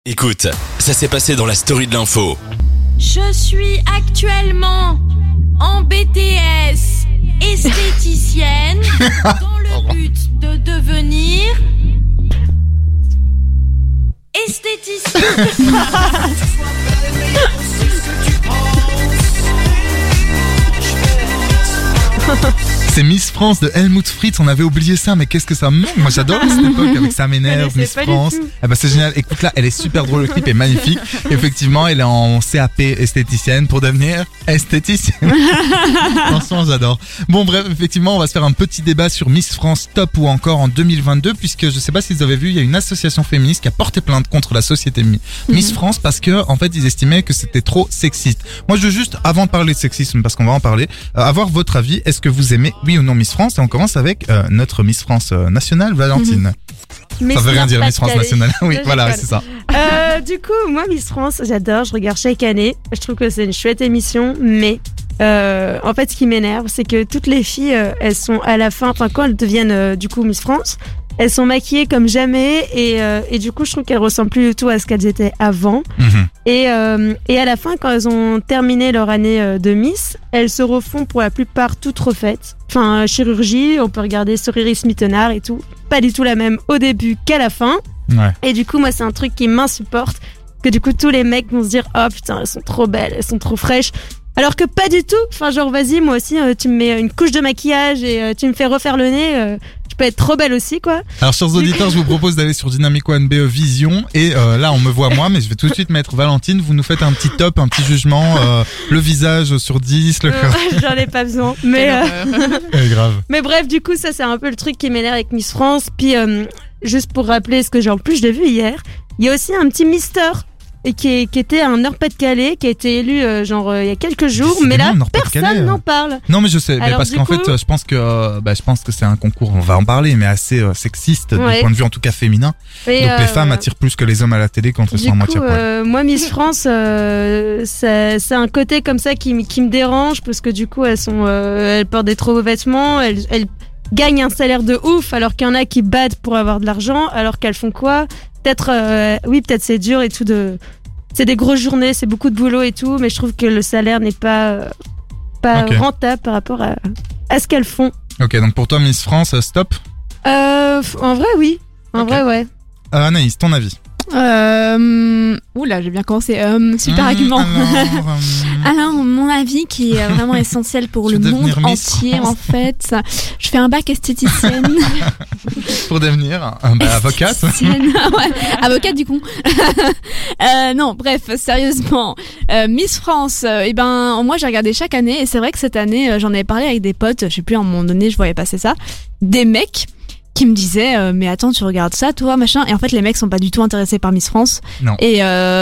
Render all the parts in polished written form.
Écoute, ça s'est passé dans la story de l'info. Je suis actuellement en BTS esthéticienne dans le but de devenir esthéticienne. C'est Miss France de Helmut Fritz, on avait oublié ça, mais qu'est-ce que ça me manque. Moi j'adore cette époque avec Ça m'énerve, Miss France. Eh ben, c'est génial, écoute là, elle est super drôle, le clip est magnifique. Effectivement, elle est en CAP esthéticienne pour devenir esthéticienne. Franchement, j'adore. Bon bref, effectivement, on va se faire un petit débat sur Miss France Top ou encore en 2022, puisque je sais pas si vous avez vu, il y a une association féministe qui a porté plainte contre la société Miss France parce que en fait ils estimaient que c'était trop sexiste. Moi je veux juste, avant de parler de sexisme, parce qu'on va en parler, avoir votre avis. Est-ce que vous aimez oui ou non Miss France? Et on commence avec notre Miss France nationale, Valentine. Mais ça veut rien dire Miss France nationale. Oui, voilà, c'est ça. Du coup, moi Miss France, j'adore, je regarde chaque année. Je trouve que c'est une chouette émission, mais en fait, ce qui m'énerve, c'est que toutes les filles, elles sont à la fin, enfin quand elles deviennent du coup Miss France, elles sont maquillées comme jamais et du coup, je trouve qu'elles ressemblent plus du tout à ce qu'elles étaient avant. Et à la fin, quand elles ont terminé leur année de Miss, elles se refont pour la plupart toutes refaites. Enfin, chirurgie, on peut regarder Soriris Mittenard et tout. Pas du tout la même au début qu'à la fin. Ouais. Et du coup, moi, c'est un truc qui m'insupporte. Que du coup, tous les mecs vont se dire « Oh putain, elles sont trop belles, elles sont trop fraîches ». Alors que pas du tout. Enfin, genre, vas-y, moi aussi, tu me mets une couche de maquillage et tu me fais refaire le nez. Je peux être trop belle aussi, quoi. Alors, chers auditeurs, je vous propose d'aller sur Dynamic One BE Vision. Et là, on me voit moi, mais je vais tout de suite mettre Valentine. Vous nous faites un petit top, un petit jugement. Le visage sur 10. J'en ai pas besoin. Mais grave. Mais bref, du coup, ça, c'est un peu le truc qui m'énerve avec Miss France. Puis, juste pour rappeler ce que j'ai en plus, je l'ai vu hier. Il y a aussi un petit Mister. Et qui était un Nord-Pas-de-Calais, qui a été élu il y a quelques jours, mais là personne n'en parle. Non mais je sais, mais parce qu'en coup, fait je pense que c'est un concours, on va en parler, mais assez sexiste du point de vue en tout cas féminin. Et donc les femmes attirent plus que les hommes à la télé quand elles sont à moitié poil. Moi Miss France, c'est un côté comme ça qui me dérange parce que du coup elles portent des trop beaux vêtements, elles gagnent un salaire de ouf alors qu'il y en a qui battent pour avoir de l'argent, alors qu'elles font quoi? Peut-être peut-être c'est dur et tout c'est des grosses journées, c'est beaucoup de boulot et tout, mais je trouve que le salaire n'est pas rentable par rapport à ce qu'elles font. Ok, donc pour toi Miss France, stop. En vrai oui, en vrai ouais. Anaïs, ton avis? Oula, j'ai bien commencé. Super argument. Alors, mon avis qui est vraiment essentiel pour le monde entier, en fait. Je fais un bac esthéticienne. Pour devenir avocate. Ouais, avocate du coup. Non, bref, sérieusement. Miss France, moi j'ai regardé chaque année et c'est vrai que cette année, j'en avais parlé avec des potes, je sais plus, à un moment donné, je voyais passer ça. Des mecs qui me disait mais attends, tu regardes ça toi machin, et en fait les mecs sont pas du tout intéressés par Miss France. Non. Et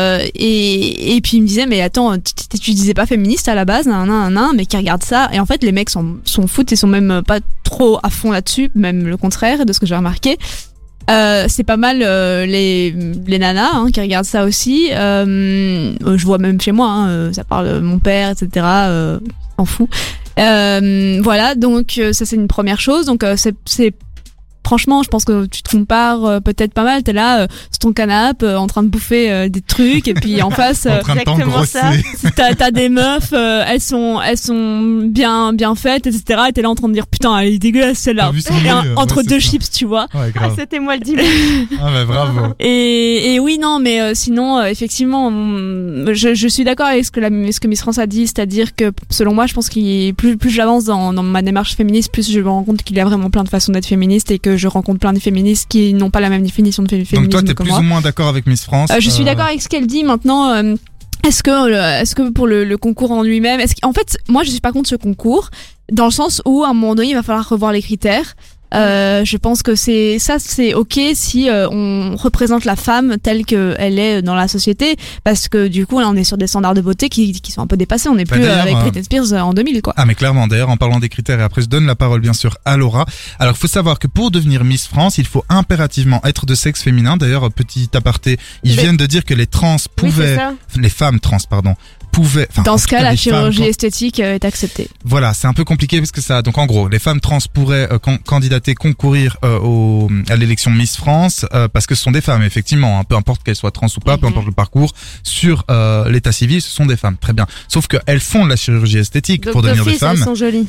puis ils me disaient mais attends, tu disais pas féministe à la base, mais qui regardent ça, et en fait les mecs s'en foutent et sont même pas trop à fond là-dessus, même le contraire de ce que j'ai remarqué. C'est pas mal les nanas qui regardent ça aussi. Je vois même chez moi, ça parle de mon père, etc. S'en fout. Voilà, donc ça c'est une première chose. Donc c'est franchement, je pense que tu te compares peut-être pas mal. T'es là sur ton canapé en train de bouffer des trucs, et puis en face, en train de exactement ça. T'as des meufs, elles sont bien faites, etc. Et t'es là en train de dire putain, elle est dégueulasse celle-là. Entre deux chips, tu vois. Ouais, grave. C'était moi le dimanche. Ah bah bravo. Et oui, non, mais sinon, effectivement, je suis d'accord avec ce que Miss France a dit, c'est-à-dire que selon moi, je pense que plus j'avance dans ma démarche féministe, plus je me rends compte qu'il y a vraiment plein de façons d'être féministe et que je rencontre plein de féministes qui n'ont pas la même définition de féminisme que moi. Donc toi, t'es plus ou moins d'accord avec Miss France? Je suis d'accord avec ce qu'elle dit. Maintenant, est-ce que pour le concours en lui-même, en fait, moi, je suis pas contre ce concours, dans le sens où, à un moment donné, il va falloir revoir les critères. Je pense que c'est ok si on représente la femme telle qu'elle est dans la société, parce que du coup là on est sur des standards de beauté qui sont un peu dépassés, on n'est plus avec Britney Spears en 2000 quoi. Ah mais clairement, d'ailleurs en parlant des critères, et après je donne la parole bien sûr à Laura. Alors il faut savoir que pour devenir Miss France il faut impérativement être de sexe féminin. D'ailleurs petit aparté, ils viennent de dire que les femmes trans pouvaient... Dans ce cas, la chirurgie esthétique est acceptée. Voilà, c'est un peu compliqué parce que ça... Donc en gros, les femmes trans pourraient candidater candidater, concourir à l'élection Miss France parce que ce sont des femmes, effectivement, hein, peu importe qu'elles soient trans ou pas, peu importe le parcours, sur l'état civil, ce sont des femmes, très bien. Sauf qu'elles font de la chirurgie esthétique Donc, pour devenir des femmes. Elles sont jolies.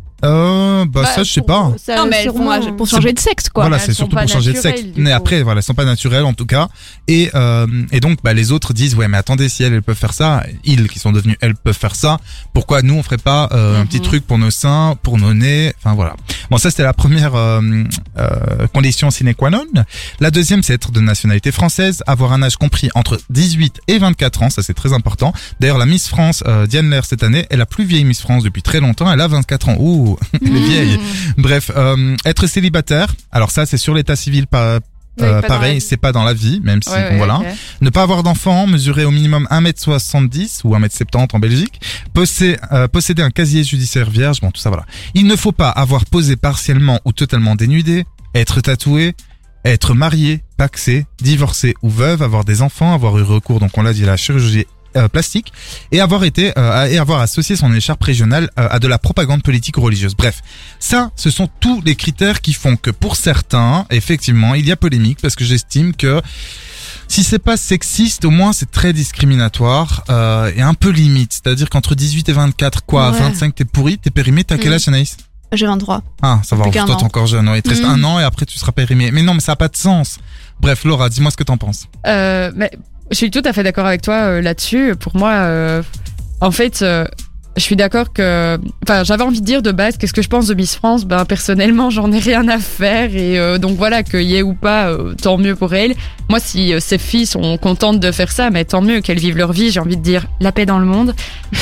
Ça je sais pas. Non, mais elles font pour changer de sexe, quoi. Voilà, Elles c'est sont surtout pas pour changer de sexe. naturelles, du Mais coup. après, voilà, elles sont pas naturelles en tout cas. Et donc, les autres disent, ouais, mais attendez, si elles peuvent faire ça, ils qui sont devenus, elles peuvent faire ça. Pourquoi nous on ferait pas un petit truc pour nos seins, pour nos nez, enfin voilà. Bon, ça c'était la première condition sine qua non. La deuxième, c'est être de nationalité française, avoir un âge compris entre 18 et 24 ans, ça c'est très important. D'ailleurs, la Miss France Diane Lair cette année est la plus vieille Miss France depuis très longtemps. Elle a 24 ans. Ouh, elle est vieille. Bref, être célibataire. Alors ça, c'est sur l'état civil, pas dans la pareil, vie. c'est pas dans la vie, même si Ouais, voilà. ok. Ne pas avoir d'enfant, mesurer au minimum 1m70 ou 1m70 en Belgique, posséder un casier judiciaire vierge, bon tout ça voilà. Il ne faut pas avoir posé partiellement ou totalement dénudé, être tatoué, être marié, paxé, divorcé ou veuve, avoir des enfants, avoir eu recours, donc on l'a dit, à la chirurgie plastique et avoir associé son écharpe régionale à de la propagande politique ou religieuse. Bref, ça, ce sont tous les critères qui font que pour certains, effectivement, il y a polémique parce que j'estime que si c'est pas sexiste, au moins c'est très discriminatoire et un peu limite. C'est-à-dire qu'entre 18 et 24, quoi, Ouais. 25 t'es pourri, t'es périmé, t'as quel âge Anaïs? J'ai 23. Ah, ça va, Plus toi qu'un t'es an. encore jeune, ouais, il te reste un an et après tu seras périmé. Mais non, mais ça a pas de sens. Bref, Laura, dis-moi ce que t'en penses. Mais je suis tout à fait d'accord avec toi là-dessus. Pour moi, en fait, je suis d'accord que, enfin, j'avais envie de dire de base, qu'est-ce que je pense de Miss France? Ben, personnellement, j'en ai rien à faire et donc voilà, qu'il y ait ou pas, tant mieux pour elles. Moi, si ces filles sont contentes de faire ça, mais tant mieux qu'elles vivent leur vie. J'ai envie de dire la paix dans le monde.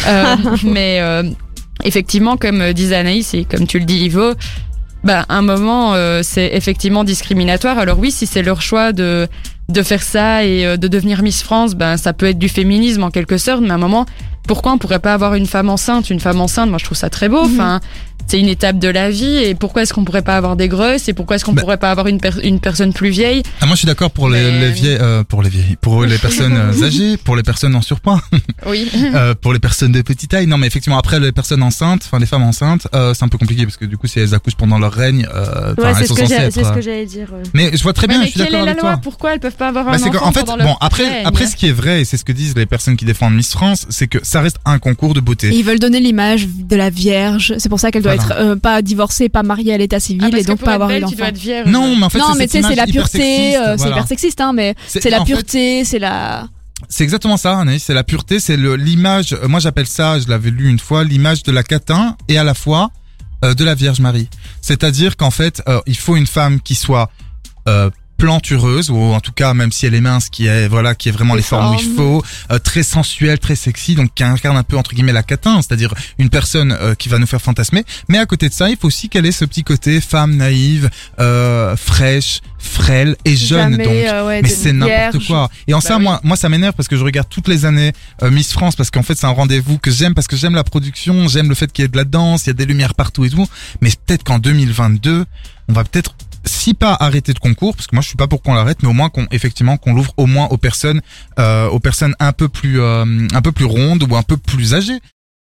Mais effectivement, comme disait Anaïs et comme tu le dis, Ivo, un moment, c'est effectivement discriminatoire. Alors oui, si c'est leur choix de faire ça et de devenir Miss France, ça peut être du féminisme en quelque sorte, mais à un moment, pourquoi on pourrait pas avoir une femme enceinte? Une femme enceinte, moi je trouve ça très beau. Enfin, c'est une étape de la vie. Et pourquoi est-ce qu'on pourrait pas avoir des grosses? Et pourquoi est-ce qu'on pourrait pas avoir une personne plus vieille? Ah, moi je suis d'accord pour les vieilles, pour les personnes âgées, pour les personnes en surpoids, Oui. pour les personnes de petite taille. Non, mais effectivement après les personnes enceintes, enfin les femmes enceintes, c'est un peu compliqué parce que du coup si elles accouchent pendant leur règne, Ouais, elles sont censées être. c'est ce que j'allais dire. Ouais. Mais je vois très bien, mais je suis quelle d'accord est la avec loi? toi. Pourquoi elles peuvent pas avoir un C'est enfant qu'en fait, pendant leur bon, après, règne ce qui est vrai, et c'est ce que disent les personnes qui défendent Miss France, c'est que ça reste un concours de beauté. Et ils veulent donner l'image de la vierge. C'est pour ça qu'elle doit Voilà. être pas divorcée, pas mariée à l'état civil parce et donc que pour pas être avoir eu belle, tu dois d'enfant. être vierge. Non, mais en fait, Non, mais c'est tu sais, c'est la pureté, c'est voilà. hyper sexiste, hein, mais c'est la en fait, pureté, c'est la. C'est exactement ça, Anaïs, c'est la pureté, c'est l'image, moi j'appelle ça, je l'avais lu une fois, l'image de la catin et à la fois de la Vierge Marie. C'est-à-dire qu'en fait, il faut une femme qui soit plantureuse, ou en tout cas même si elle est mince, qui est vraiment les formes où il faut, très sensuelle, très sexy, donc qui incarne un peu entre guillemets la catin, c'est-à-dire une personne qui va nous faire fantasmer. Mais à côté de ça, il faut aussi qu'elle ait ce petit côté femme naïve, fraîche, frêle et jeune. Jamais, Donc, ouais, mais de c'est n'importe vierge. quoi. Et en ça, oui. moi ça m'énerve parce que je regarde toutes les années Miss France parce qu'en fait c'est un rendez-vous que j'aime parce que j'aime la production, j'aime le fait qu'il y ait de la danse, il y a des lumières partout et tout. Mais peut-être qu'en 2022, on va peut-être si pas arrêter de concours, parce que moi je suis pas pour qu'on l'arrête, mais au moins qu'on l'ouvre au moins aux personnes un peu plus rondes ou un peu plus âgées.